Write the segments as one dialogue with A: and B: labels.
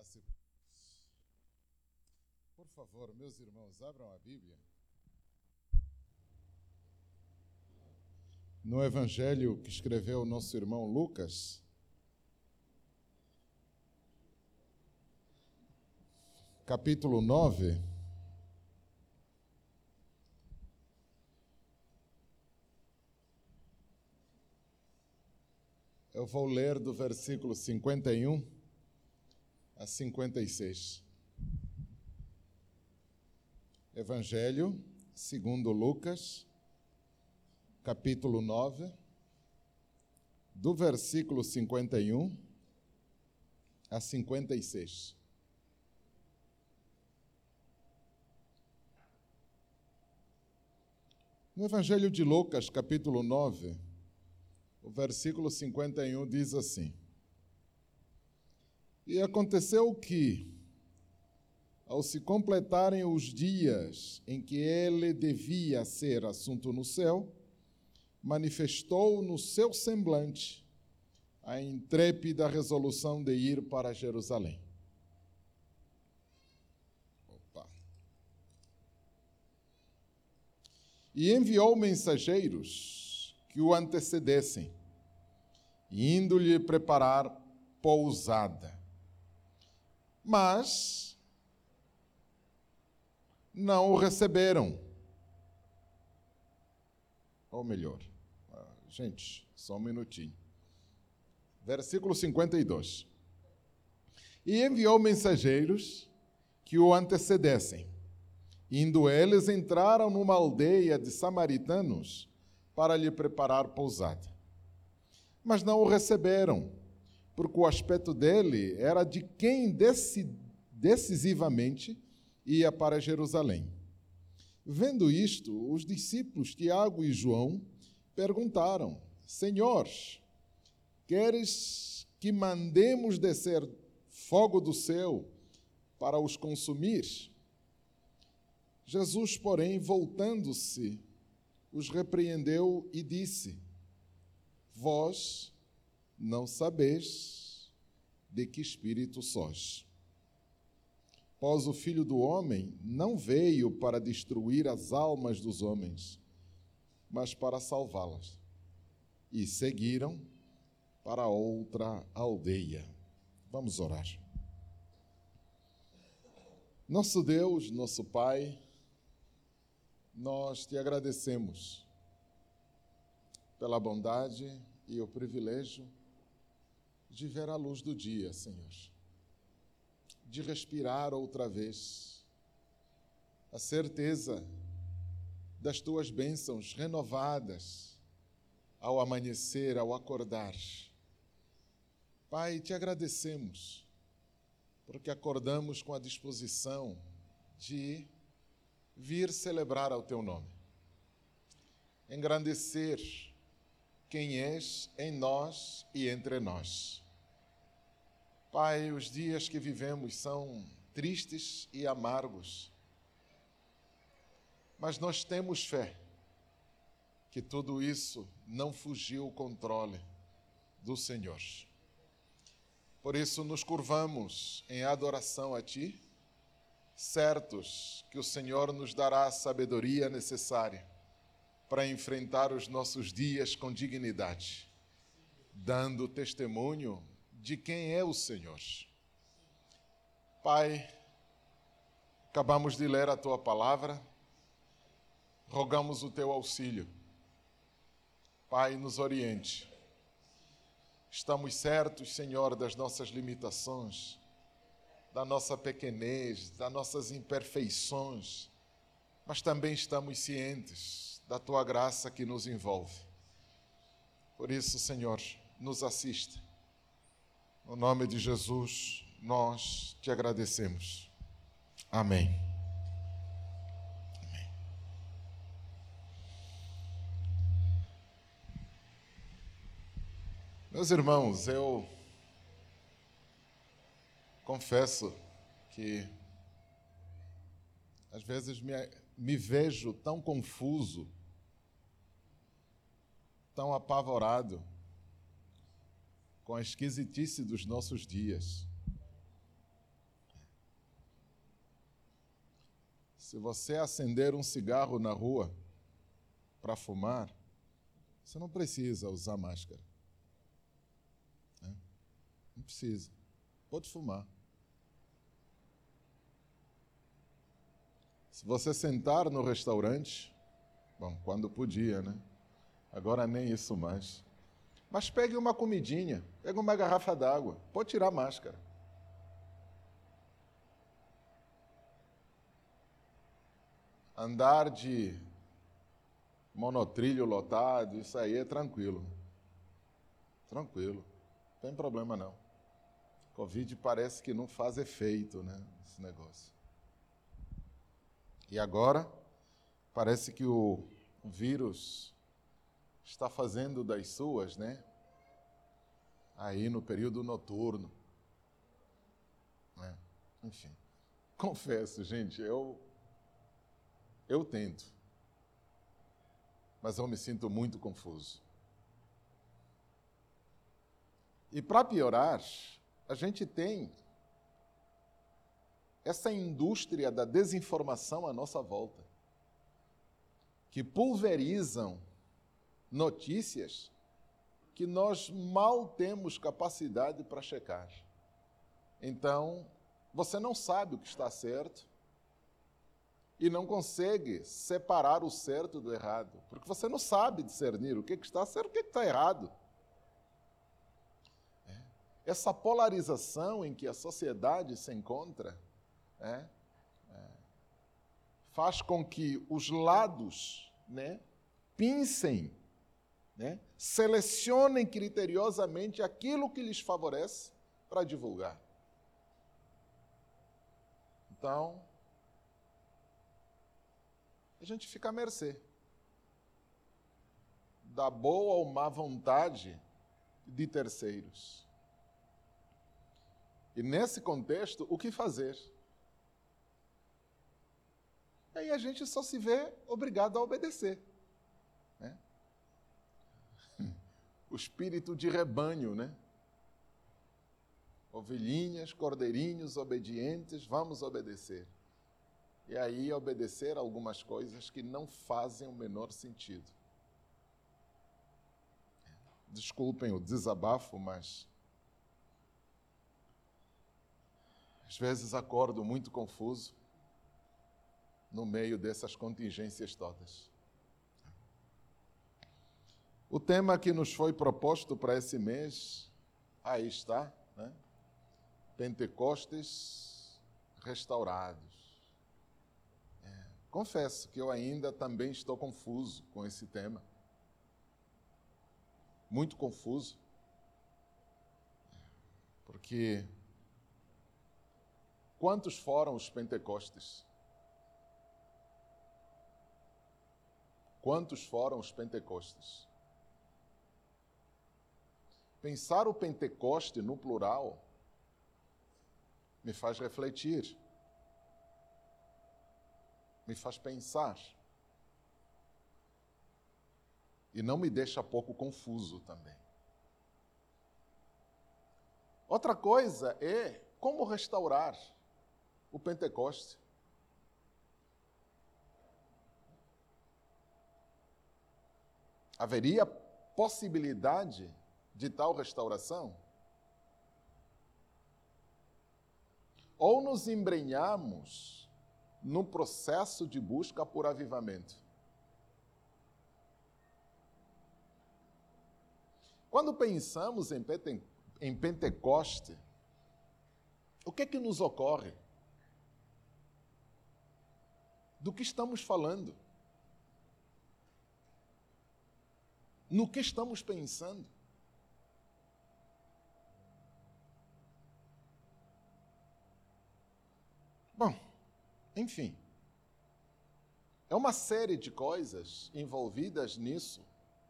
A: Graça e paz. Por favor, meus irmãos, abram a Bíblia. No Evangelho que escreveu o nosso irmão Lucas, capítulo 9, eu vou ler do versículo 51 a 56. Evangelho segundo Lucas, capítulo 9, do versículo 51 a 56. No Evangelho de Lucas, capítulo 9, o versículo 51 diz assim: E aconteceu que, ao se completarem os dias em que ele devia ser assunto no céu, manifestou no seu semblante a intrépida resolução de ir para Jerusalém. E enviou mensageiros que o antecedessem, indo-lhe preparar pousada. Mas não o receberam. Ou melhor, gente, só um minutinho. Versículo 52. E enviou mensageiros que o antecedessem. Indo eles, entraram numa aldeia de samaritanos para lhe preparar pousada. Mas não o receberam, porque o aspecto dele era de quem decisivamente ia para Jerusalém. Vendo isto, os discípulos Tiago e João perguntaram: Senhor, queres que mandemos descer fogo do céu para os consumir? Jesus, porém, voltando-se, os repreendeu e disse: Vós não sabeis de que espírito sois. Pois o Filho do Homem não veio para destruir as almas dos homens, mas para salvá-las. E seguiram para outra aldeia. Vamos orar. Nosso Deus, nosso Pai, nós te agradecemos pela bondade e o privilégio de ver a luz do dia, Senhor, de respirar outra vez, a certeza das tuas bênçãos renovadas ao amanhecer, ao acordar. Pai, te agradecemos, porque acordamos com a disposição de vir celebrar ao teu nome, engrandecer quem és em nós e entre nós. Pai, os dias que vivemos são tristes e amargos, mas nós temos fé que tudo isso não fugiu o controle do Senhor. Por isso nos curvamos em adoração a Ti, certos que o Senhor nos dará a sabedoria necessária para enfrentar os nossos dias com dignidade, dando testemunho de quem é o Senhor. Pai, acabamos de ler a Tua palavra, rogamos o Teu auxílio. Pai, nos oriente. Estamos certos, Senhor, das nossas limitações, da nossa pequenez, das nossas imperfeições, mas também estamos cientes da Tua graça que nos envolve. Por isso, Senhor, nos assista. No nome de Jesus, nós te agradecemos. Amém. Amém. Meus irmãos, eu confesso que às vezes me vejo tão confuso, tão apavorado com a esquisitice dos nossos dias. Se você acender um cigarro na rua para fumar, você não precisa usar máscara. Não precisa. Pode fumar. Se você sentar no restaurante, bom, quando podia, né? Agora nem isso mais. Mas pegue uma comidinha, pegue uma garrafa d'água, pode tirar a máscara. Andar de monotrilho lotado, isso aí é tranquilo. Tranquilo, não tem problema não. Covid parece que não faz efeito, né, esse negócio. E agora, parece que o vírus está fazendo das suas, né? Aí no período noturno. Né? Enfim, confesso, gente, eu tento, mas eu me sinto muito confuso. E para piorar, a gente tem essa indústria da desinformação à nossa volta, que pulverizam notícias que nós mal temos capacidade para checar. Então, você não sabe o que está certo e não consegue separar o certo do errado, porque você não sabe discernir o que está certo e o que está errado. Essa polarização em que a sociedade se encontra faz com que os lados, né, pincem, né, selecionem criteriosamente aquilo que lhes favorece para divulgar. Então, a gente fica à mercê da boa ou má vontade de terceiros. E nesse contexto, o que fazer? Aí a gente só se vê obrigado a obedecer. Né? O espírito de rebanho, né? Ovelhinhas, cordeirinhos obedientes, vamos obedecer. E aí obedecer a algumas coisas que não fazem o menor sentido. Desculpem o desabafo, mas às vezes acordo muito confuso no meio dessas contingências todas. O tema que nos foi proposto para esse mês, aí está, né? Pentecostes restaurados. Confesso que eu ainda também estou confuso com esse tema. Muito confuso. Porque quantos foram os Pentecostes? Quantos foram os Pentecostes? Pensar o Pentecoste no plural me faz refletir, me faz pensar e não me deixa pouco confuso também. Outra coisa é como restaurar o Pentecoste. Haveria possibilidade de tal restauração? Ou nos embrenhamos no processo de busca por avivamento? Quando pensamos em Pentecoste, o que é que nos ocorre? Do que estamos falando? No que estamos pensando? Bom, enfim, é uma série de coisas envolvidas nisso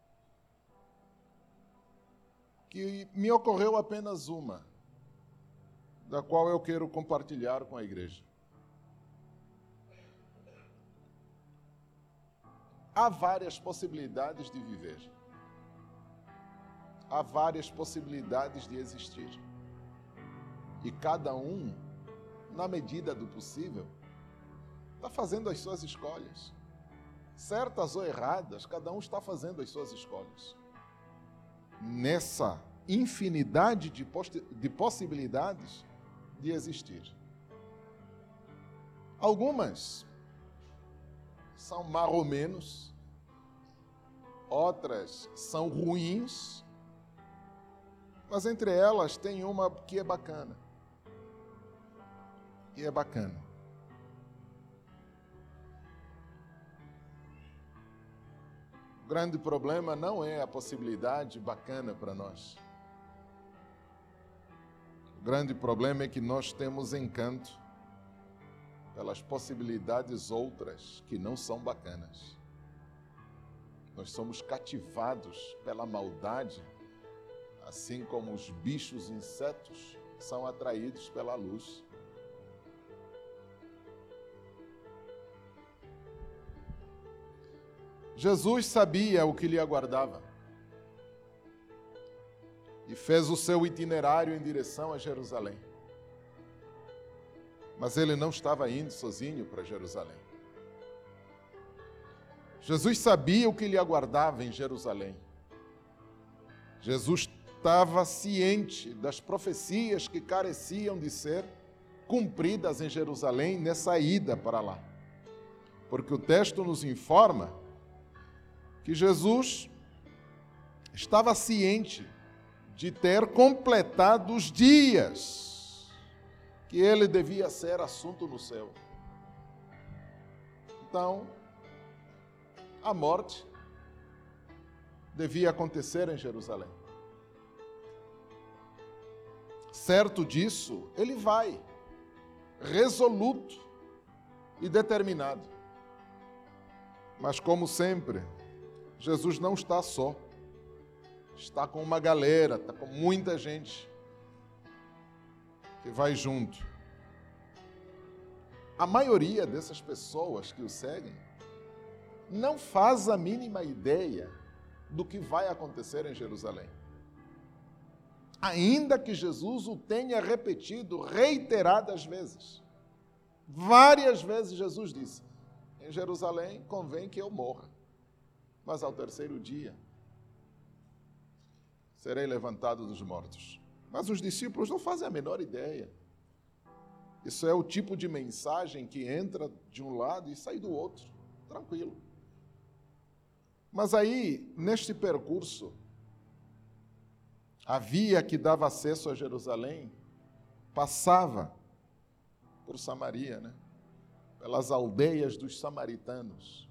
A: que me ocorreu apenas uma, da qual eu quero compartilhar com a igreja. Há várias possibilidades de viver. Há várias possibilidades de existir. E cada um, na medida do possível, está fazendo as suas escolhas. Certas ou erradas, cada um está fazendo as suas escolhas. Nessa infinidade de possibilidades de existir. Algumas são marromenos, outras são ruins, mas entre elas tem uma que é bacana. E é bacana. O grande problema não é a possibilidade bacana para nós. O grande problema é que nós temos encanto pelas possibilidades outras que não são bacanas. Nós somos cativados pela maldade, assim como os bichos e insetos são atraídos pela luz. Jesus sabia o que lhe aguardava e fez o seu itinerário em direção a Jerusalém. Mas ele não estava indo sozinho para Jerusalém. Jesus sabia o que lhe aguardava em Jerusalém. Jesus estava ciente das profecias que careciam de ser cumpridas em Jerusalém nessa ida para lá. Porque o texto nos informa que Jesus estava ciente de ter completado os dias que ele devia ser assunto no céu. Então, a morte devia acontecer em Jerusalém. Certo disso, ele vai, resoluto e determinado. Mas, como sempre, Jesus não está só. Está com uma galera, está com muita gente que vai junto. A maioria dessas pessoas que o seguem não faz a mínima ideia do que vai acontecer em Jerusalém. Ainda que Jesus o tenha repetido reiteradas vezes. Várias vezes Jesus disse: em Jerusalém convém que eu morra, mas ao terceiro dia serei levantado dos mortos. Mas os discípulos não fazem a menor ideia. Isso é o tipo de mensagem que entra de um lado e sai do outro, tranquilo. Mas aí, neste percurso, a via que dava acesso a Jerusalém passava por Samaria, né? Pelas aldeias dos samaritanos.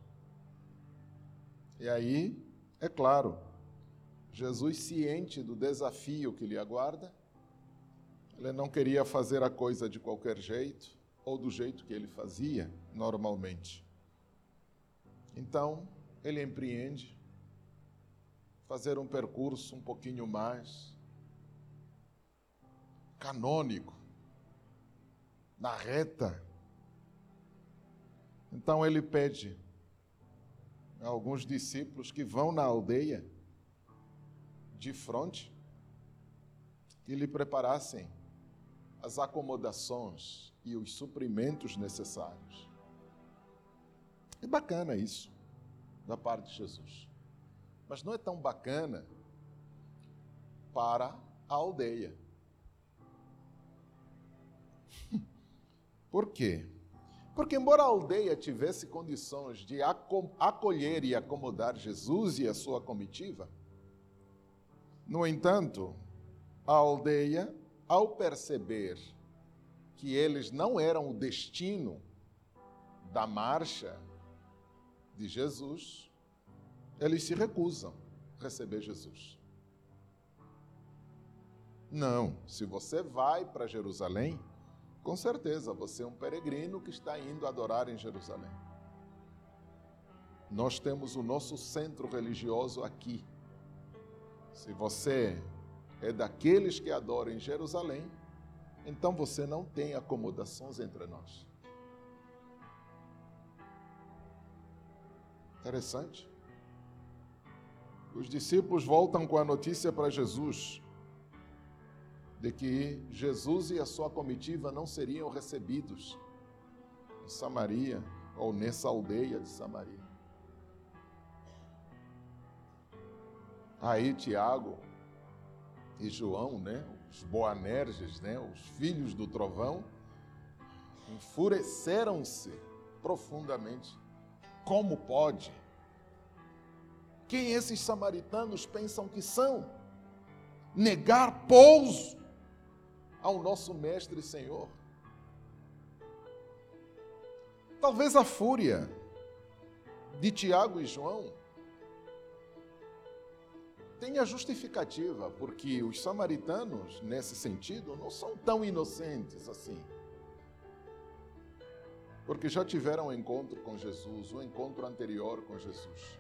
A: E aí, é claro, Jesus, ciente do desafio que lhe aguarda, ele não queria fazer a coisa de qualquer jeito, ou do jeito que ele fazia normalmente. Então, ele empreende fazer um percurso um pouquinho mais canônico, na reta. Então, ele pede a alguns discípulos que vão na aldeia de fronte, que lhe preparassem as acomodações e os suprimentos necessários. É bacana isso, da parte de Jesus. Mas não é tão bacana para a aldeia. Por quê? Porque embora a aldeia tivesse condições de acolher e acomodar Jesus e a sua comitiva, no entanto, a aldeia, ao perceber que eles não eram o destino da marcha de Jesus, eles se recusam a receber Jesus. Não, se você vai para Jerusalém, com certeza você é um peregrino que está indo adorar em Jerusalém. Nós temos o nosso centro religioso aqui. Se você é daqueles que adoram em Jerusalém, então você não tem acomodações entre nós. Interessante. Os discípulos voltam com a notícia para Jesus de que Jesus e a sua comitiva não seriam recebidos em Samaria, ou nessa aldeia de Samaria. Aí Tiago e João, né, os Boanerges, né, os filhos do trovão, enfureceram-se profundamente. Como pode? Quem esses samaritanos pensam que são? Negar pouso ao nosso Mestre e Senhor. Talvez a fúria de Tiago e João tenha justificativa, porque os samaritanos, nesse sentido, não são tão inocentes assim. Porque já tiveram um encontro com Jesus, um encontro anterior com Jesus.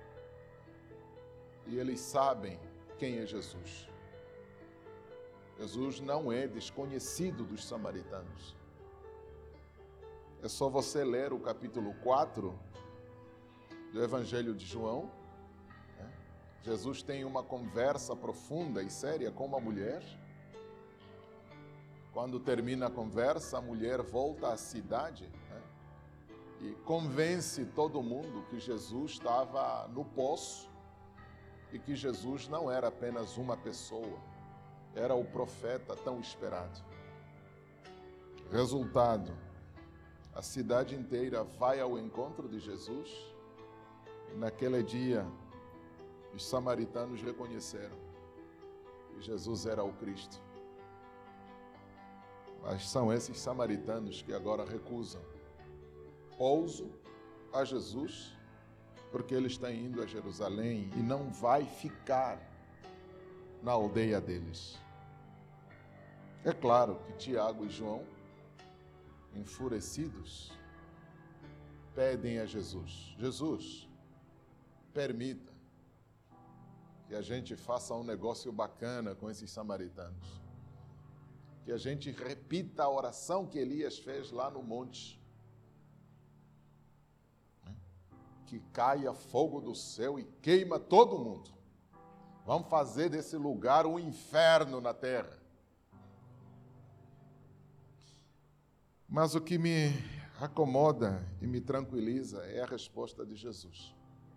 A: E eles sabem quem é Jesus. Jesus não é desconhecido dos samaritanos. É só você ler o capítulo 4 do Evangelho de João. Jesus tem uma conversa profunda e séria com uma mulher. Quando termina a conversa, a mulher volta à cidade, e convence todo mundo que Jesus estava no poço e que Jesus não era apenas uma pessoa, era o profeta tão esperado. Resultado, a cidade inteira vai ao encontro de Jesus e naquele dia os samaritanos reconheceram que Jesus era o Cristo. Mas são esses samaritanos que agora recusam pouso a Jesus, porque ele está indo a Jerusalém e não vai ficar na aldeia deles. É claro que Tiago e João, enfurecidos, pedem a Jesus: Jesus, permita que a gente faça um negócio bacana com esses samaritanos. Que a gente repita a oração que Elias fez lá no monte. Que caia fogo do céu e queima todo mundo. Vamos fazer desse lugar um inferno na terra. Mas o que me acomoda e me tranquiliza é a resposta de Jesus.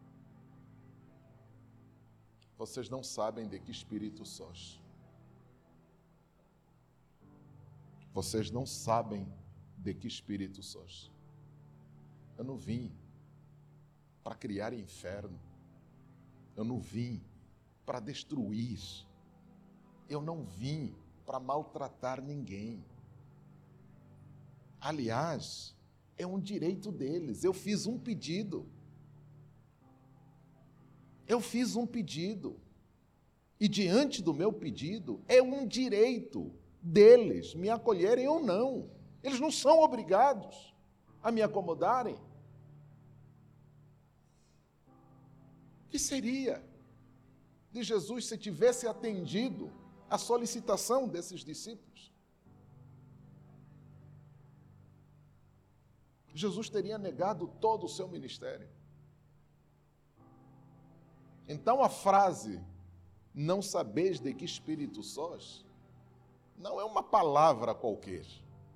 A: Vocês não sabem de que espírito sois. Vocês não sabem de que espírito sois. Eu não vim para criar inferno. Eu não vim para destruir. Eu não vim para maltratar ninguém. Aliás, é um direito deles. Eu fiz um pedido. E diante do meu pedido, é um direito deles me acolherem ou não. Eles não são obrigados a me acomodarem. O que seria de Jesus se tivesse atendido à solicitação desses discípulos? Jesus teria negado todo o seu ministério. Então a frase, não sabeis de que espírito sois, não é uma palavra qualquer.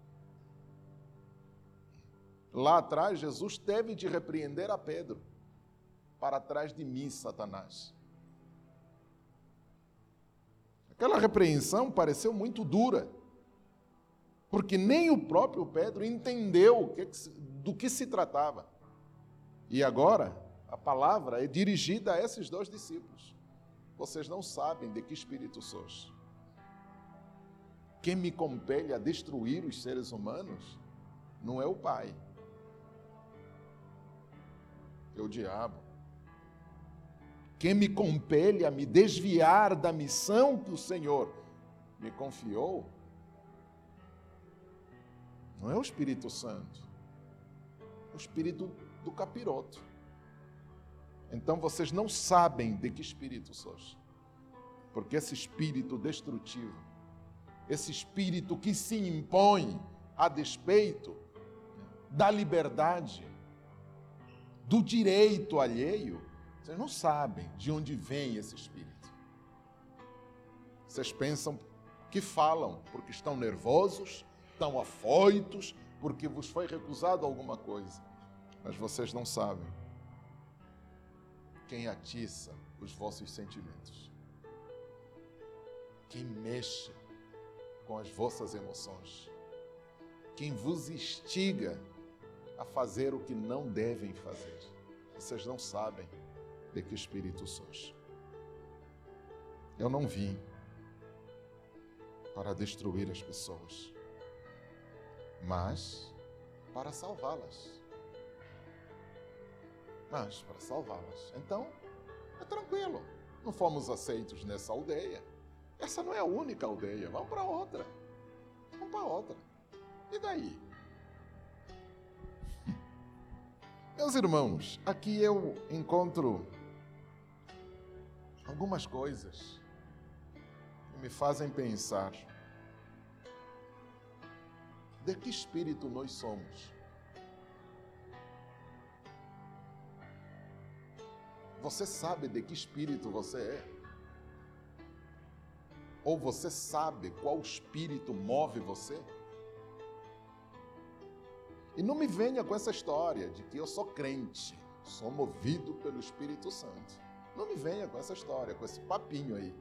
A: Lá atrás, Jesus teve de repreender a Pedro: para trás de mim, Satanás. Aquela repreensão pareceu muito dura, porque nem o próprio Pedro entendeu do que se tratava. E agora, a palavra é dirigida a esses dois discípulos: vocês não sabem de que espírito sois. Quem me compele a destruir os seres humanos não é o Pai, é o diabo. Quem me compele a me desviar da missão que o Senhor me confiou não é o Espírito Santo, é o espírito do capiroto. Então vocês não sabem de que espírito sois, porque esse espírito destrutivo, esse espírito que se impõe a despeito da liberdade, do direito alheio, vocês não sabem de onde vem esse espírito. Vocês pensam que falam porque estão nervosos, estão afoitos, porque vos foi recusado alguma coisa. Mas vocês não sabem quem atiça os vossos sentimentos, quem mexe com as vossas emoções, quem vos instiga a fazer o que não devem fazer. Vocês não sabem de que espírito sois. Eu não vim para destruir as pessoas, mas para salvá-las. Então, é tranquilo. Não fomos aceitos nessa aldeia. Essa não é a única aldeia. Vamos para outra. E daí? Meus irmãos, aqui eu encontro algumas coisas que me fazem pensar de que espírito nós somos. Você sabe de que espírito você é? Ou você sabe qual espírito move você? E não me venha com essa história de que eu sou crente, sou movido pelo Espírito Santo. Não me venha com essa história, com esse papinho aí.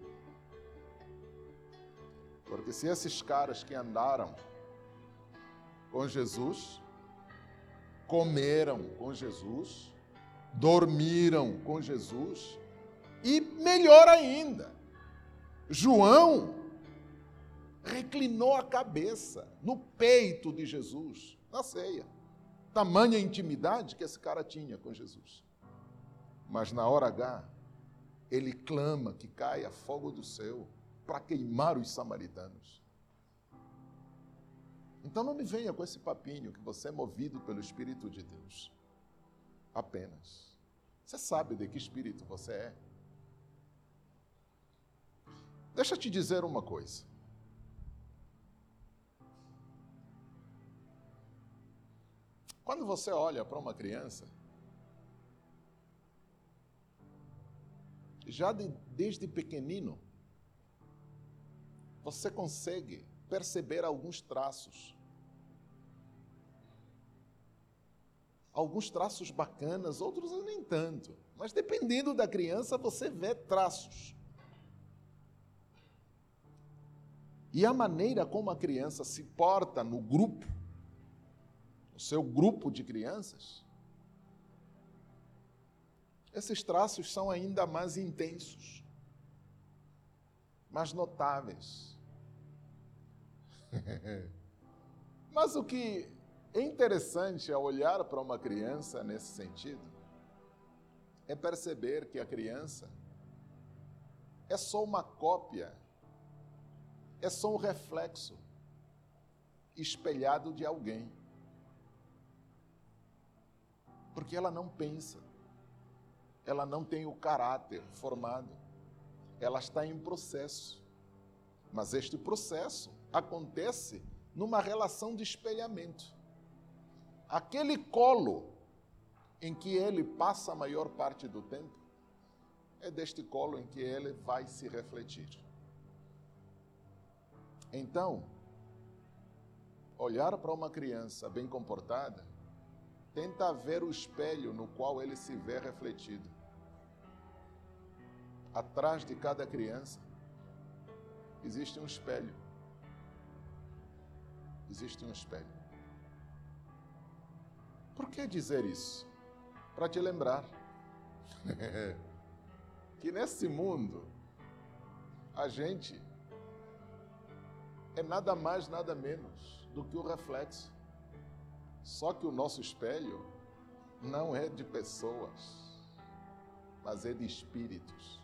A: Porque se esses caras que andaram com Jesus, comeram com Jesus, dormiram com Jesus, e melhor ainda, João reclinou a cabeça no peito de Jesus, na ceia. Tamanha intimidade que esse cara tinha com Jesus. Mas na hora H, ele clama que caia fogo do céu para queimar os samaritanos. Então não me venha com esse papinho que você é movido pelo Espírito de Deus. Apenas. Você sabe de que espírito você é? Deixa eu te dizer uma coisa. Quando você olha para uma criança, já desde pequenino, você consegue perceber alguns traços. Alguns traços bacanas, outros nem tanto. Mas dependendo da criança, você vê traços. E a maneira como a criança se porta no grupo, no seu grupo de crianças, esses traços são ainda mais intensos, mais notáveis. Mas o que é interessante ao olhar para uma criança nesse sentido é perceber que a criança é só uma cópia, é só um reflexo espelhado de alguém. Porque ela não pensa, ela não tem o caráter formado, ela está em processo. Mas este processo acontece numa relação de espelhamento. Aquele colo em que ele passa a maior parte do tempo, é deste colo em que ele vai se refletir. Então, olhar para uma criança bem comportada, tenta ver o espelho no qual ele se vê refletido. Atrás de cada criança, existe um espelho. Existe um espelho. Por que dizer isso? Para te lembrar que nesse mundo a gente é nada mais, nada menos do que o reflexo. Só que o nosso espelho não é de pessoas, mas é de espíritos.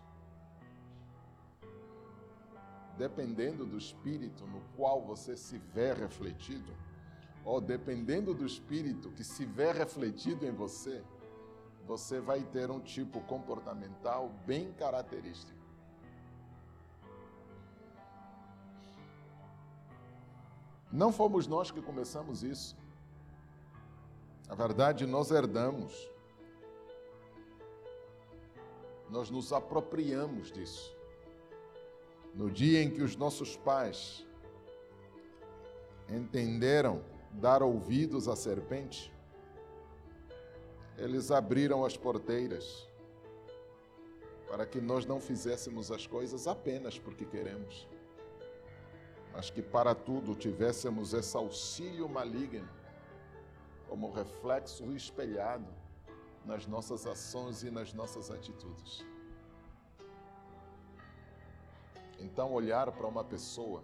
A: Dependendo do espírito no qual você se vê refletido, ou dependendo do espírito que se vê refletido em você, você vai ter um tipo comportamental bem característico. Não fomos nós que começamos isso. Na verdade, nós herdamos. Nós nos apropriamos disso. No dia em que os nossos pais entenderam dar ouvidos à serpente, eles abriram as porteiras para que nós não fizéssemos as coisas apenas porque queremos, mas que para tudo tivéssemos esse auxílio maligno como reflexo espelhado nas nossas ações e nas nossas atitudes. Então, olhar para uma pessoa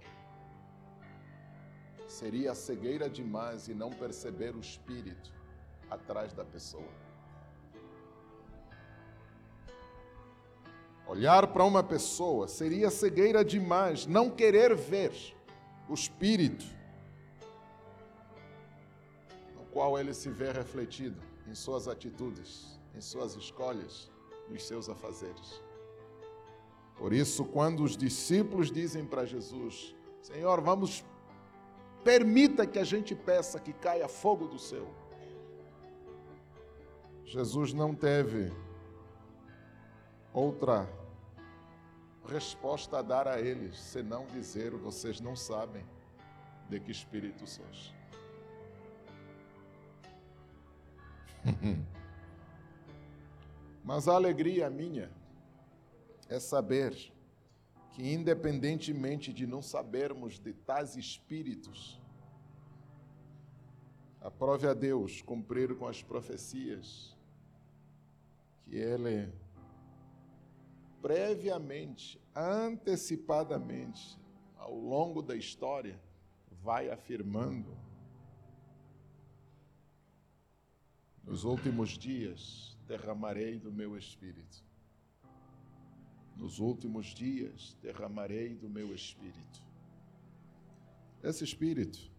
A: seria cegueira demais e não perceber o espírito atrás da pessoa. Olhar para uma pessoa seria cegueira demais, não querer ver o espírito no qual ele se vê refletido em suas atitudes, em suas escolhas, nos seus afazeres. Por isso, quando os discípulos dizem para Jesus: Senhor, permita que a gente peça que caia fogo do céu. Jesus não teve outra resposta a dar a eles, senão dizer: vocês não sabem de que espírito sois. Mas a alegria minha é saber que, independentemente de não sabermos de tais espíritos, aprove a Deus cumprir com as profecias que Ele previamente, antecipadamente, ao longo da história, vai afirmando. Nos últimos dias derramarei do meu Espírito. Nos últimos dias derramarei do meu Espírito. Esse Espírito,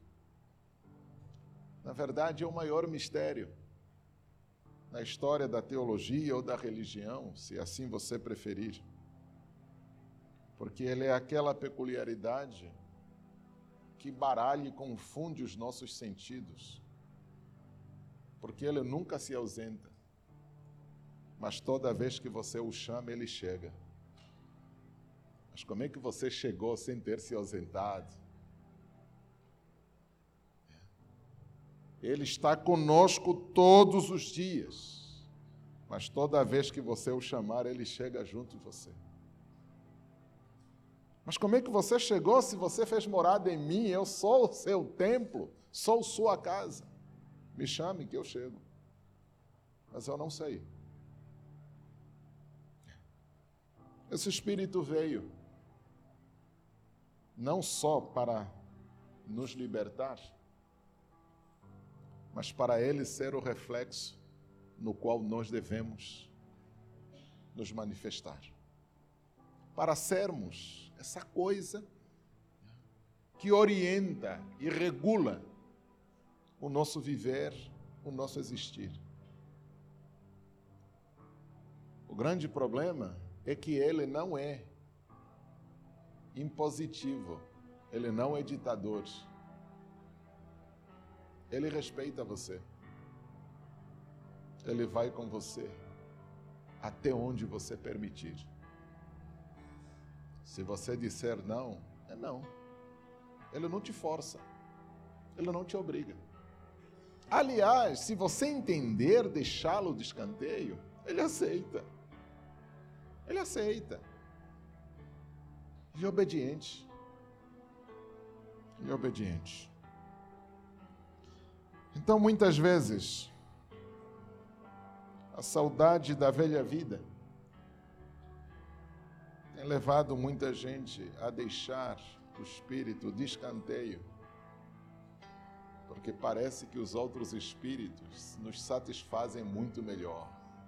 A: na verdade, é o maior mistério na história da teologia ou da religião, se assim você preferir. Porque ele é aquela peculiaridade que baralha e confunde os nossos sentidos. Porque ele nunca se ausenta, mas toda vez que você o chama, ele chega. Mas como é que você chegou sem ter se ausentado? Ele está conosco todos os dias, mas toda vez que você o chamar, ele chega junto de você. Mas como é que você chegou se você fez morada em mim? Eu sou o seu templo, sou sua casa. Me chame que eu chego. Mas eu não sei. Esse Espírito veio não só para nos libertar, mas para ele ser o reflexo no qual nós devemos nos manifestar. Para sermos essa coisa que orienta e regula o nosso viver, o nosso existir. O grande problema é que ele não é impositivo, ele não é ditador. Ele respeita você. Ele vai com você até onde você permitir. Se você disser não, é não. Ele não te força. Ele não te obriga. Aliás, se você entender deixá-lo de escanteio, ele aceita. Ele aceita. Ele é obediente. Ele é obediente. Então, muitas vezes, a saudade da velha vida tem levado muita gente a deixar o espírito de escanteio, porque parece que os outros espíritos nos satisfazem muito melhor.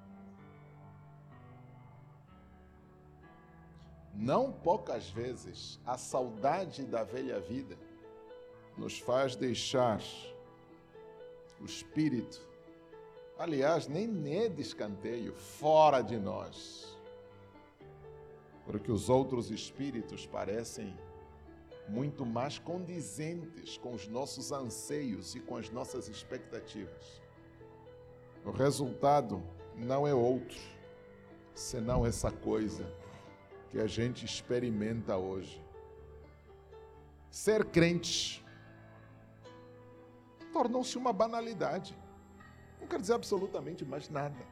A: Não poucas vezes, a saudade da velha vida nos faz deixar o espírito, aliás, nem é de escanteio, fora de nós. Porque os outros espíritos parecem muito mais condizentes com os nossos anseios e com as nossas expectativas. O resultado não é outro, senão essa coisa que a gente experimenta hoje. Ser crente tornou-se uma banalidade. Não quer dizer absolutamente mais nada.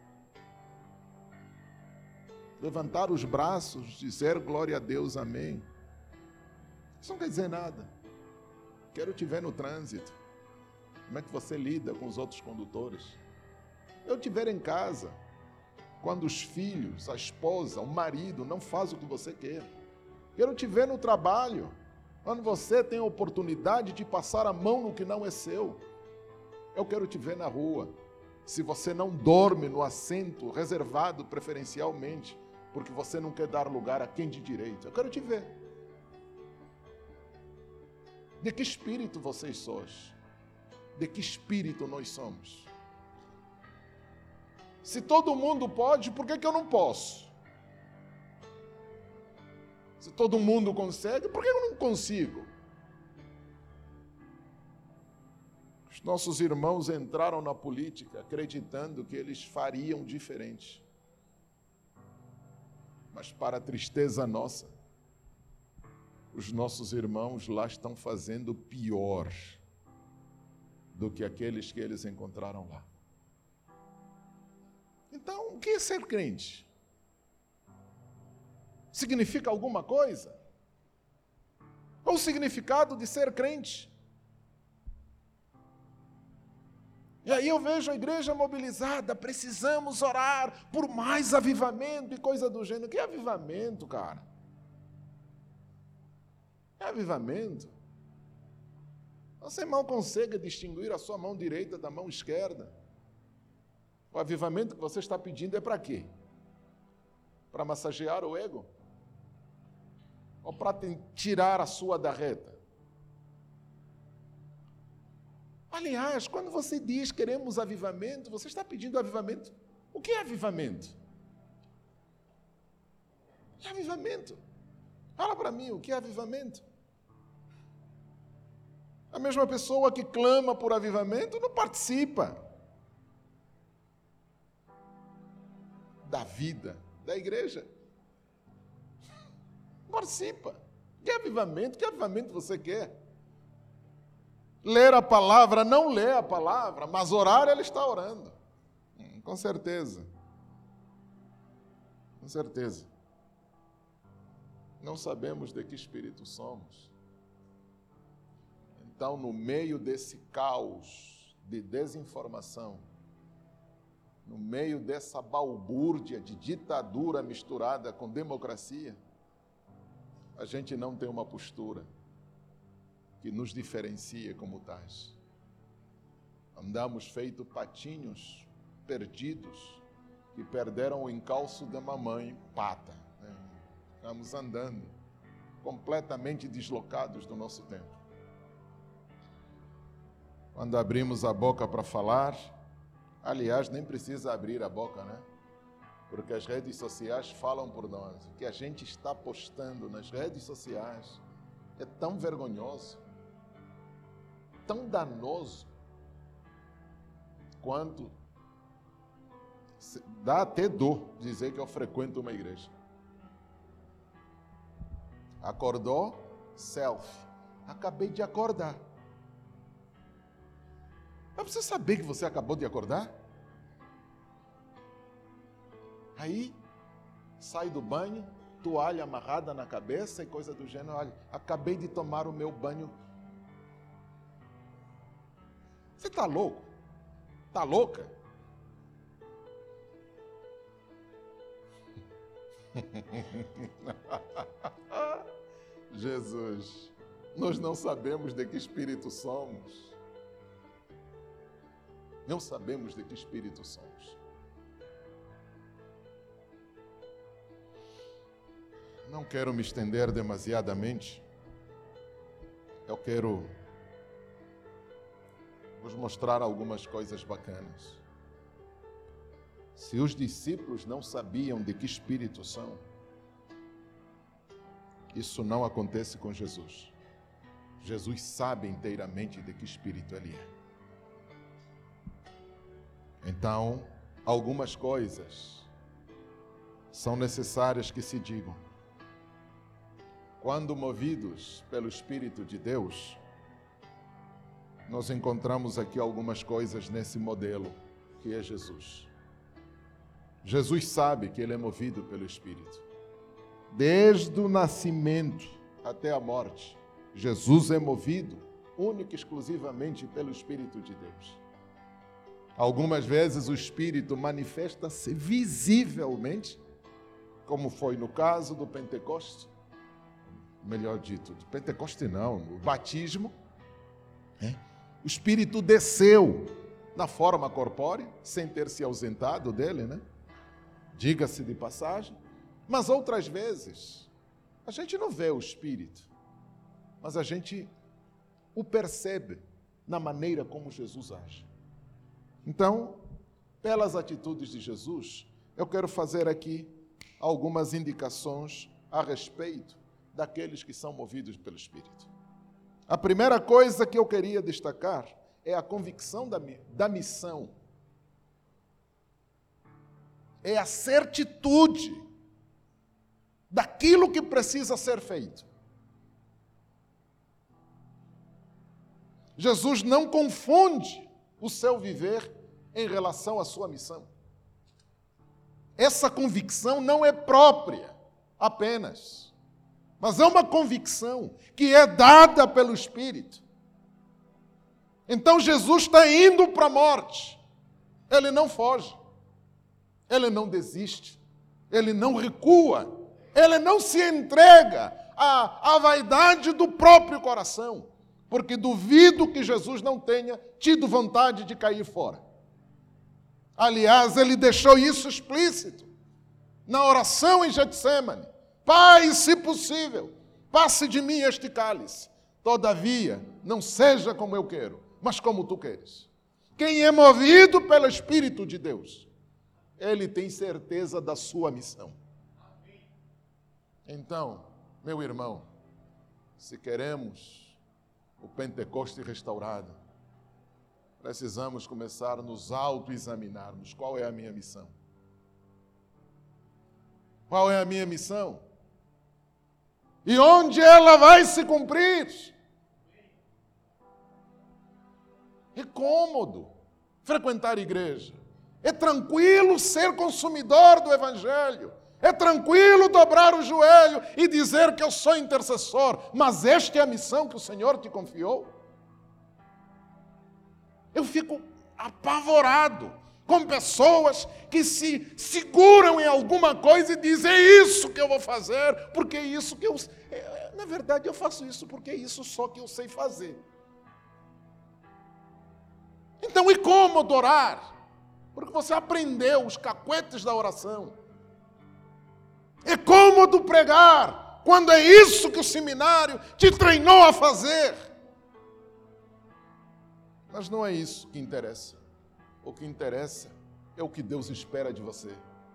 A: Levantar os braços, dizer glória a Deus, amém. Isso não quer dizer nada. Quero te ver no trânsito. Como é que você lida com os outros condutores? Eu te ver em casa, quando os filhos, a esposa, o marido não faz o que você quer. Quero te ver no trabalho, quando você tem a oportunidade de passar a mão no que não é seu. Eu quero te ver na rua, se você não dorme no assento reservado preferencialmente, porque você não quer dar lugar a quem de direito. Eu quero te ver. De que espírito vocês sois? De que espírito nós somos? Se todo mundo pode, por que eu não posso? Se todo mundo consegue, por que eu não consigo? Os nossos irmãos entraram na política acreditando que eles fariam diferente. Mas para a tristeza nossa, os nossos irmãos lá estão fazendo pior do que aqueles que eles encontraram lá. Então, o que é ser crente? Significa alguma coisa? Qual o significado de ser crente? E aí eu vejo a igreja mobilizada, precisamos orar por mais avivamento e coisa do gênero. Que é avivamento, cara? É avivamento. Você mal consegue distinguir a sua mão direita da mão esquerda. O avivamento que você está pedindo é para quê? Para massagear o ego? Ou para tirar a sua da reta? Aliás, quando você diz queremos avivamento, você está pedindo avivamento. O que é avivamento? O que é avivamento? Fala para mim, o que é avivamento? A mesma pessoa que clama por avivamento não participa da vida da igreja. Não participa. Que avivamento? Que avivamento você quer? Ler a palavra, não lê a palavra, mas orar, ela está orando. Com certeza. Com certeza. Não sabemos de que espírito somos. Então, no meio desse caos de desinformação, no meio dessa balbúrdia de ditadura misturada com democracia, a gente não tem uma postura que nos diferencia como tais. Andamos feito patinhos perdidos que perderam o encalço da mamãe pata. Né? Estamos andando completamente deslocados do nosso tempo. Quando abrimos a boca para falar, aliás, nem precisa abrir a boca, né? Porque as redes sociais falam por nós. O que a gente está postando nas redes sociais é tão vergonhoso, tão danoso, quanto dá até dor dizer que eu frequento uma igreja. Acordou? Selfie. Acabei de acordar. Mas você saber que você acabou de acordar? Aí, sai do banho, toalha amarrada na cabeça e coisa do gênero. Olha, acabei de tomar o meu banho. Você está louco? Está louca? Jesus, nós não sabemos de que espírito somos. Não sabemos de que espírito somos. Não quero me estender demasiadamente. Eu quero vos mostrar algumas coisas bacanas. Se os discípulos não sabiam de que espírito são, isso não acontece com Jesus. Jesus sabe inteiramente de que espírito ele é. Então, algumas coisas são necessárias que se digam. Quando movidos pelo Espírito de Deus, nós encontramos aqui algumas coisas nesse modelo, que é Jesus. Jesus sabe que ele é movido pelo Espírito. Desde o nascimento até a morte, Jesus é movido única e exclusivamente pelo Espírito de Deus. Algumas vezes o Espírito manifesta-se visivelmente, como foi no caso do Pentecostes. Melhor dito, do Pentecostes não, o batismo. O Espírito desceu na forma corpórea, sem ter se ausentado dele, Diga-se de passagem. Mas outras vezes, a gente não vê o Espírito, mas a gente o percebe na maneira como Jesus age. Então, pelas atitudes de Jesus, eu quero fazer aqui algumas indicações a respeito daqueles que são movidos pelo Espírito. A primeira coisa que eu queria destacar é a convicção da missão. É a certitude daquilo que precisa ser feito. Jesus não confunde o seu viver em relação à sua missão. Essa convicção não é própria apenas, mas é uma convicção que é dada pelo Espírito. Então Jesus está indo para a morte. Ele não foge, ele não desiste, ele não recua, ele não se entrega à vaidade do próprio coração, porque duvido que Jesus não tenha tido vontade de cair fora. Aliás, ele deixou isso explícito na oração em Getsêmani. Pai, se possível, passe de mim este cálice. Todavia, não seja como eu quero, mas como tu queres. Quem é movido pelo Espírito de Deus, ele tem certeza da sua missão. Então, meu irmão, se queremos o Pentecostes restaurado, precisamos começar a nos autoexaminarmos. Qual é a minha missão? Qual é a minha missão? E onde ela vai se cumprir? É cômodo frequentar a igreja. É tranquilo ser consumidor do Evangelho. É tranquilo dobrar o joelho e dizer que eu sou intercessor. Mas esta é a missão que o Senhor te confiou? Eu fico apavorado com pessoas que se seguram em alguma coisa e dizem: é isso que eu vou fazer, porque é isso que eu... Na verdade, eu faço isso porque é isso só que eu sei fazer. Então, e como orar? Porque você aprendeu os cacuetes da oração. É cômodo pregar quando é isso que o seminário te treinou a fazer. Mas não é isso que interessa. O que interessa é o que Deus espera de você.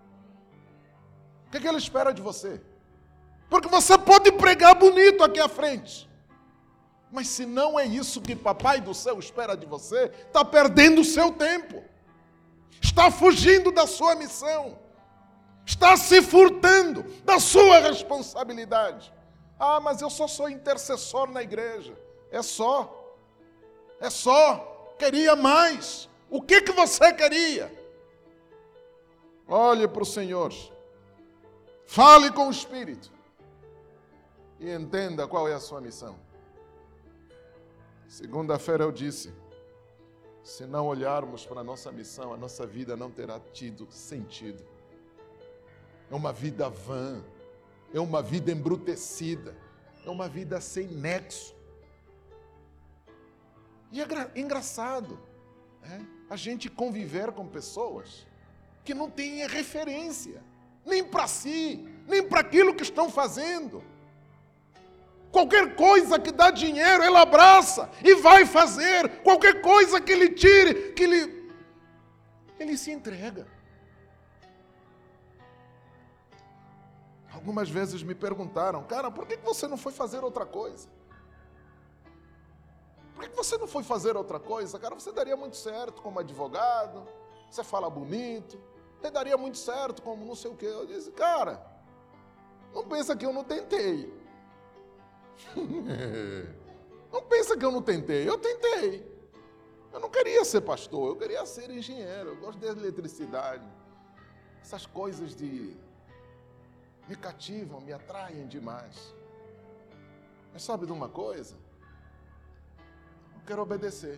A: O que Ele espera de você? Porque você pode pregar bonito aqui à frente, mas se não é isso que Papai do Céu espera de você, está perdendo o seu tempo. Está fugindo da sua missão. Está se furtando da sua responsabilidade. Ah, mas eu só sou intercessor na igreja. É só. Queria mais. O que você queria? Olhe para o Senhor. Fale com o Espírito. E entenda qual é a sua missão. Segunda-feira eu disse: se não olharmos para a nossa missão, a nossa vida não terá tido sentido. É uma vida vã, é uma vida embrutecida, é uma vida sem nexo. E é engraçado, a gente conviver com pessoas que não têm referência, nem para si, nem para aquilo que estão fazendo. Qualquer coisa que dá dinheiro, ele abraça e vai fazer. Qualquer coisa que ele tire, ele se entrega. Algumas vezes me perguntaram: cara, por que você não foi fazer outra coisa? Por que você não foi fazer outra coisa? Cara, você daria muito certo como advogado, você fala bonito, você daria muito certo como não sei o quê. Eu disse: cara, não pensa que eu não tentei. Não pensa que eu não tentei. Eu tentei. Eu não queria ser pastor, eu queria ser engenheiro. Eu gosto de eletricidade. Essas coisas me cativam, me atraem demais. Mas sabe de uma coisa? Eu quero obedecer.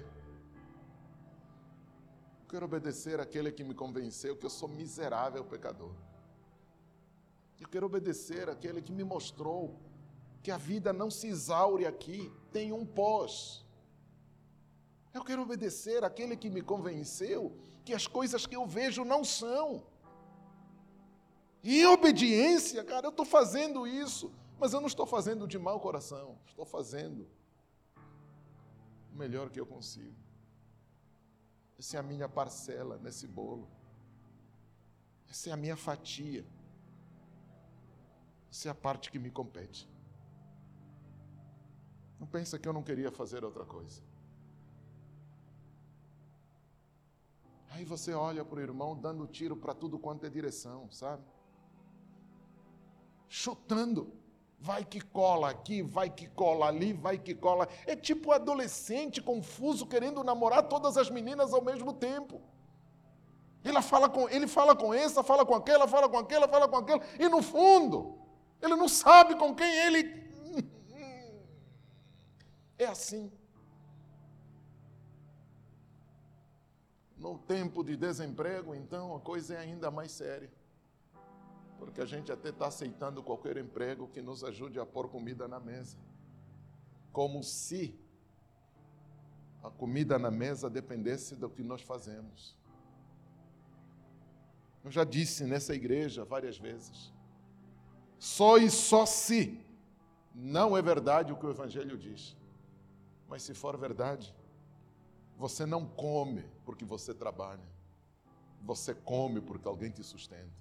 A: Eu quero obedecer àquele que me convenceu que eu sou miserável pecador. Eu quero obedecer àquele que me mostrou que a vida não se exaure aqui, tem um pós. Eu quero obedecer àquele que me convenceu que as coisas que eu vejo não são. E em obediência, cara, eu estou fazendo isso, mas eu não estou fazendo de mau coração, estou fazendo o melhor que eu consigo. Essa é a minha parcela nesse bolo. Essa é a minha fatia. Essa é a parte que me compete. Não pensa que eu não queria fazer outra coisa. Aí você olha para o irmão dando tiro para tudo quanto é direção, sabe? Chutando. Vai que cola aqui, vai que cola ali, vai que cola. É tipo adolescente confuso querendo namorar todas as meninas ao mesmo tempo. Ele fala com essa, fala com aquela, fala com aquela, fala com aquela. E no fundo, ele não sabe com quem ele... É assim. No tempo de desemprego, então, a coisa é ainda mais séria. Porque a gente até está aceitando qualquer emprego que nos ajude a pôr comida na mesa. Como se a comida na mesa dependesse do que nós fazemos. Eu já disse nessa igreja várias vezes. Só e só se não é verdade o que o Evangelho diz. Mas se for verdade, você não come porque você trabalha. Você come porque alguém te sustenta.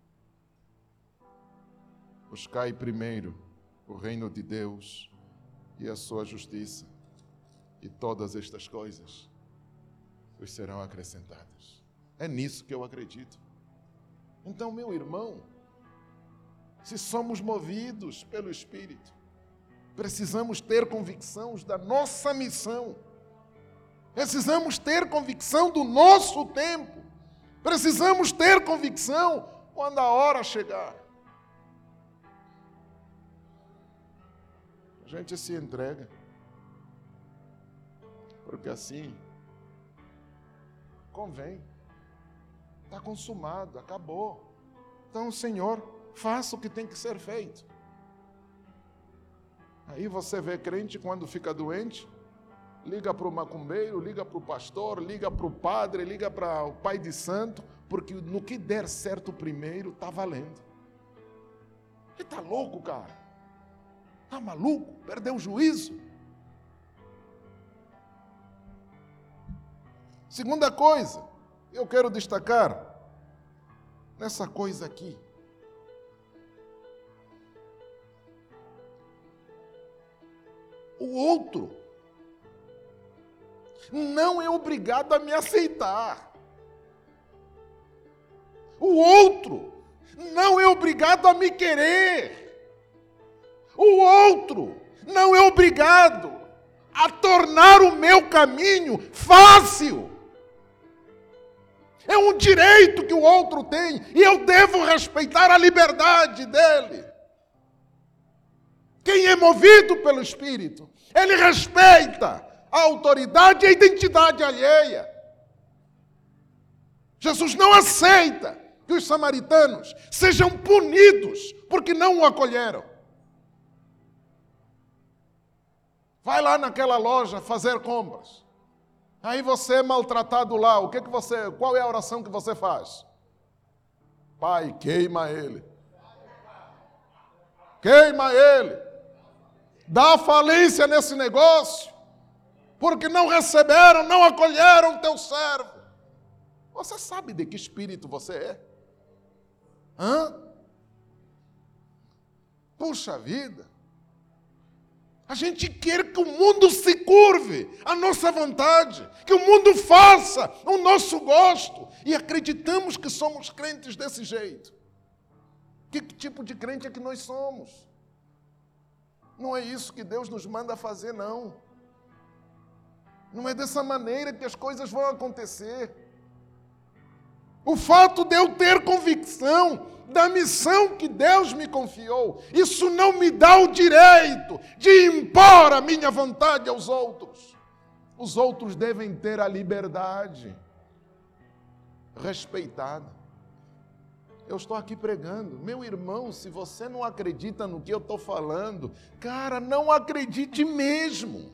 A: Buscai primeiro o reino de Deus e a sua justiça, e todas estas coisas vos serão acrescentadas. É nisso que eu acredito. Então, meu irmão, se somos movidos pelo Espírito, precisamos ter convicção da nossa missão. Precisamos ter convicção do nosso tempo. Precisamos ter convicção quando a hora chegar. A gente se entrega. Porque assim convém. Está consumado, acabou. Então, Senhor, faça o que tem que ser feito. Aí você vê crente quando fica doente, liga para o macumbeiro, liga para o pastor, liga para o padre, liga para o pai de santo, porque no que der certo primeiro, está valendo. Ele está louco, cara. Está maluco? Perdeu o juízo? Segunda coisa, eu quero destacar nessa coisa aqui. O outro não é obrigado a me aceitar. O outro não é obrigado a me querer. O outro não é obrigado a tornar o meu caminho fácil. É um direito que o outro tem e eu devo respeitar a liberdade dele. Quem é movido pelo Espírito, ele respeita a autoridade e a identidade alheia. Jesus não aceita que os samaritanos sejam punidos porque não o acolheram. Vai lá naquela loja fazer compras. Aí você é maltratado lá. Qual é a oração que você faz? Pai, queima ele. Queima ele. Dá falência nesse negócio. Porque não receberam, não acolheram o teu servo. Você sabe de que espírito você é? Puxa vida. A gente quer que o mundo se curve à nossa vontade, que o mundo faça o nosso gosto. E acreditamos que somos crentes desse jeito. Que tipo de crente é que nós somos? Não é isso que Deus nos manda fazer, não. Não é dessa maneira que as coisas vão acontecer. O fato de eu ter convicção da missão que Deus me confiou, isso não me dá o direito de impor a minha vontade aos outros. Os outros devem ter a liberdade respeitada. Eu estou aqui pregando. Meu irmão, se você não acredita no que eu estou falando, cara, não acredite mesmo.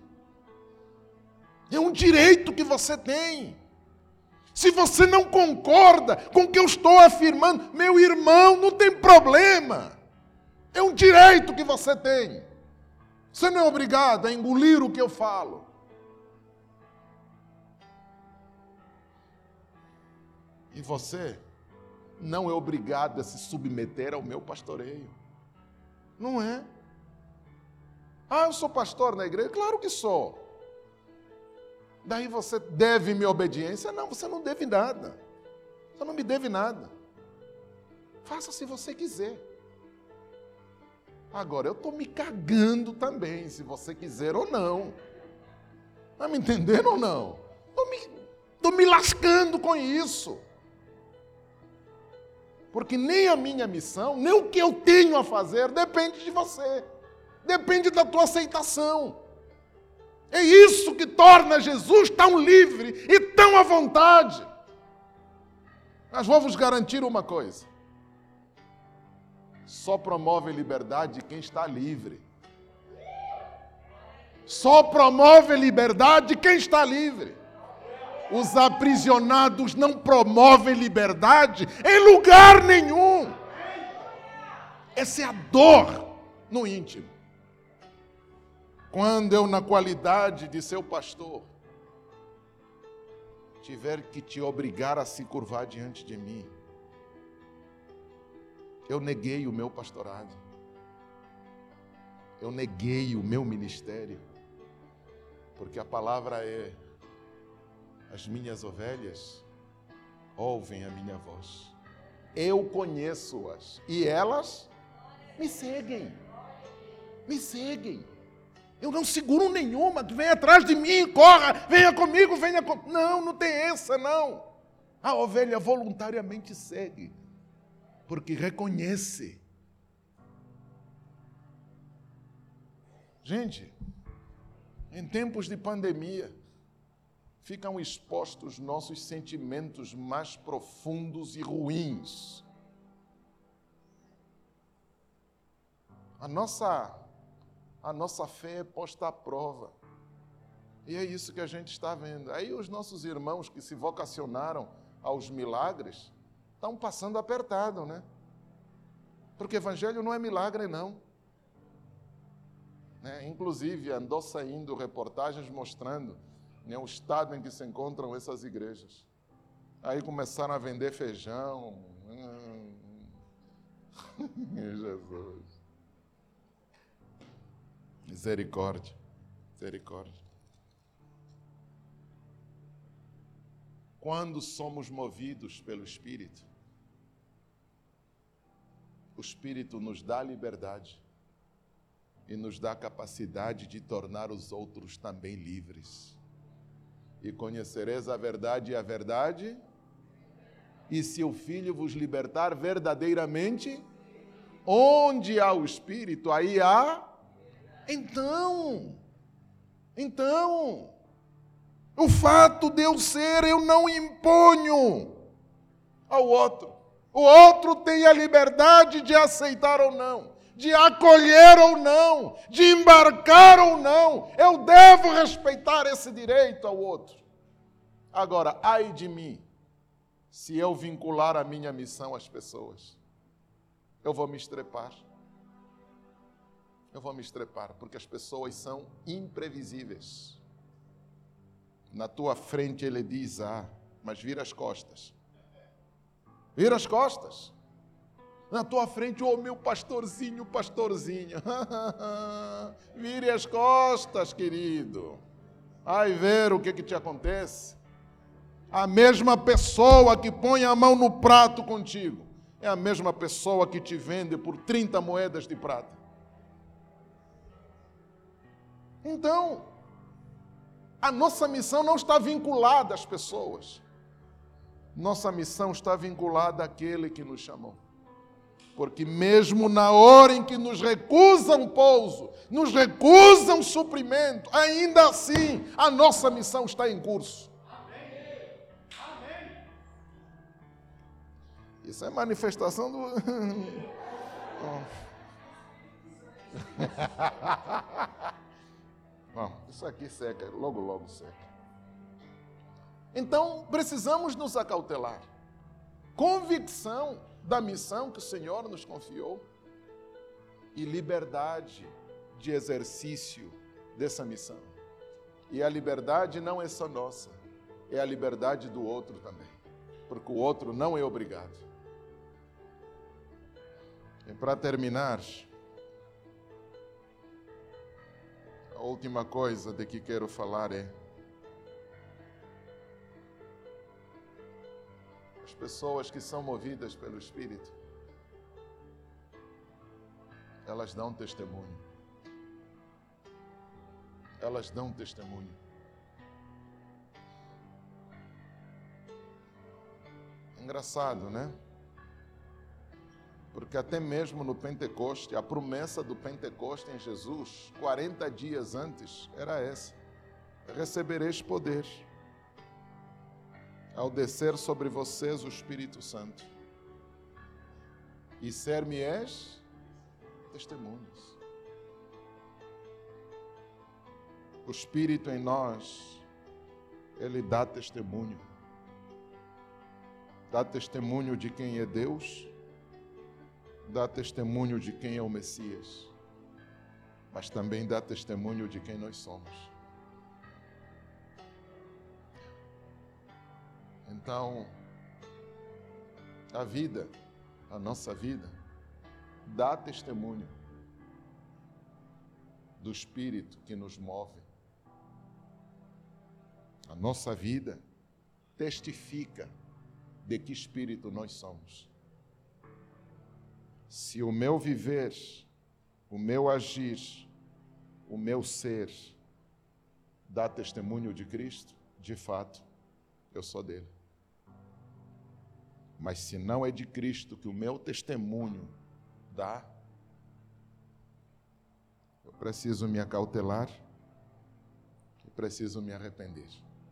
A: É um direito que você tem. Se você não concorda com o que eu estou afirmando, meu irmão, não tem problema. É um direito que você tem. Você não é obrigado a engolir o que eu falo. E você não é obrigado a se submeter ao meu pastoreio. Não é. Ah, eu sou pastor na igreja? Claro que sou. Daí você deve minha obediência? Não, você não deve nada. Você não me deve nada. Faça se você quiser. Agora, eu estou me cagando também, se você quiser ou não. Está me entendendo ou não? Estou me lascando com isso. Porque nem a minha missão, nem o que eu tenho a fazer, depende de você. Depende da tua aceitação. É isso que torna Jesus tão livre e tão à vontade. Mas vou vos garantir uma coisa. Só promove liberdade quem está livre. Só promove liberdade quem está livre. Os aprisionados não promovem liberdade em lugar nenhum. Essa é a dor no íntimo. Quando eu, na qualidade de seu pastor, tiver que te obrigar a se curvar diante de mim, eu neguei o meu pastorado. Eu neguei o meu ministério. Porque a palavra é: as minhas ovelhas ouvem a minha voz. Eu conheço-as e elas me seguem. Me seguem. Eu não seguro nenhuma, vem atrás de mim, corra, venha comigo, venha comigo. Não, não tem essa, não. A ovelha voluntariamente segue, porque reconhece. Gente, em tempos de pandemia, ficam expostos nossos sentimentos mais profundos e ruins. A nossa fé é posta à prova. E é isso que a gente está vendo. Aí os nossos irmãos que se vocacionaram aos milagres estão passando apertado, né? Porque evangelho não é milagre, não. Né? Inclusive, andou saindo reportagens mostrando, né, o estado em que se encontram essas igrejas. Aí começaram a vender feijão. Jesus. Misericórdia, misericórdia. Quando somos movidos pelo Espírito, o Espírito nos dá liberdade e nos dá capacidade de tornar os outros também livres. E conhecereis a verdade, e se o Filho vos libertar verdadeiramente, onde há o Espírito, aí há. Então, o fato de eu não imponho ao outro. O outro tem a liberdade de aceitar ou não, de acolher ou não, de embarcar ou não. Eu devo respeitar esse direito ao outro. Agora, ai de mim, se eu vincular a minha missão às pessoas, eu vou me estrepar. Eu vou me estrepar, porque as pessoas são imprevisíveis. Na tua frente ele diz mas vira as costas. Vira as costas. Na tua frente, meu pastorzinho. Vire as costas, querido. Vai ver o que te acontece. A mesma pessoa que põe a mão no prato contigo é a mesma pessoa que te vende por 30 moedas de prata. Então, A nossa missão não está vinculada às pessoas. Nossa missão está vinculada àquele que nos chamou. Porque mesmo na hora em que nos recusam pouso, nos recusam suprimento, ainda assim a nossa missão está em curso. Isso é manifestação do... Bom, isso aqui seca, logo, logo seca. Então, precisamos nos acautelar. Convicção da missão que o Senhor nos confiou e liberdade de exercício dessa missão. E a liberdade não é só nossa, é a liberdade do outro também, porque o outro não é obrigado. E para terminar, a última coisa de que quero falar é: as pessoas que são movidas pelo Espírito, elas dão testemunho. Elas dão testemunho. Engraçado, né? Porque até mesmo no Pentecoste, a promessa do Pentecoste em Jesus, 40 dias antes, era essa: recebereis poder ao descer sobre vocês o Espírito Santo, e ser-me-eis testemunhas. O Espírito em nós, ele dá testemunho. Dá testemunho de quem é Deus, dá testemunho de quem é o Messias, mas também dá testemunho de quem nós somos. Então, a vida, a nossa vida, dá testemunho do Espírito que nos move. A nossa vida testifica de que espírito nós somos. Se o meu viver, o meu agir, o meu ser dá testemunho de Cristo, de fato, eu sou dele. Mas se não é de Cristo que o meu testemunho dá, eu preciso me acautelar, eu preciso me arrepender.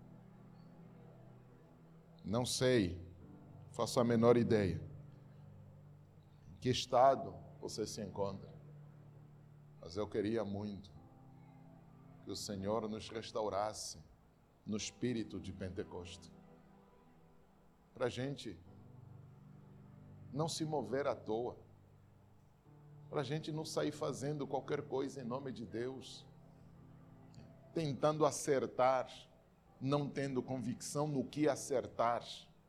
A: Não sei, faço a menor ideia em que estado você se encontra, mas eu queria muito que o Senhor nos restaurasse no espírito de Pentecoste, para a gente não se mover à toa, para a gente não sair fazendo qualquer coisa em nome de Deus, tentando acertar, não tendo convicção no que acertar,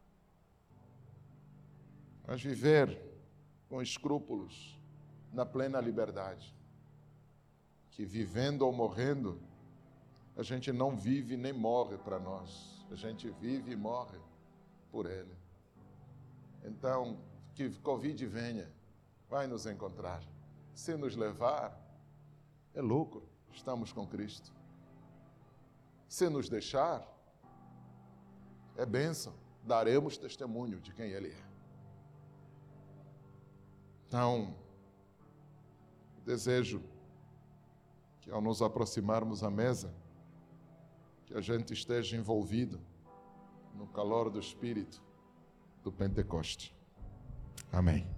A: mas viver com escrúpulos na plena liberdade, que vivendo ou morrendo, a gente não vive nem morre para nós, a gente vive e morre por Ele. Então, que Covid venha, vai nos encontrar. Se nos levar, é lucro, estamos com Cristo. Se nos deixar, é bênção, daremos testemunho de quem Ele é. Então, desejo que ao nos aproximarmos à mesa, que a gente esteja envolvido no calor do Espírito do Pentecoste. Amém.